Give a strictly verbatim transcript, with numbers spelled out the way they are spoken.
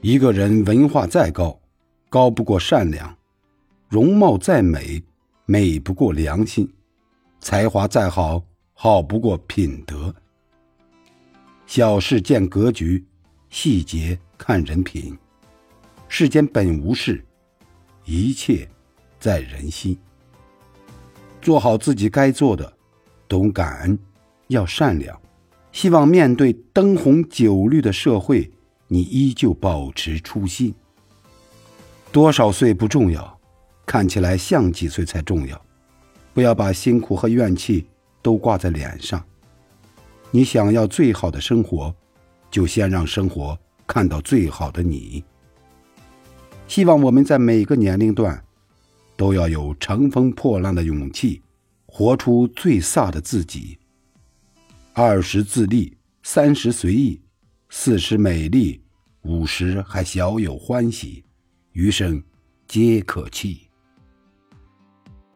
一个人文化再高，高不过善良；容貌再美，美不过良心；才华再好，好不过品德。小事见格局，细节看人品。世间本无事，一切在人心。做好自己该做的，懂感恩，要善良。希望面对灯红酒绿的社会，你依旧保持初心。多少岁不重要，看起来像几岁才重要。不要把辛苦和怨气都挂在脸上。你想要最好的生活，就先让生活看到最好的你。希望我们在每个年龄段都要有乘风破浪的勇气，活出最飒的自己。二十自立，三十随意，四十美丽，五十还小有欢喜，余生皆可期。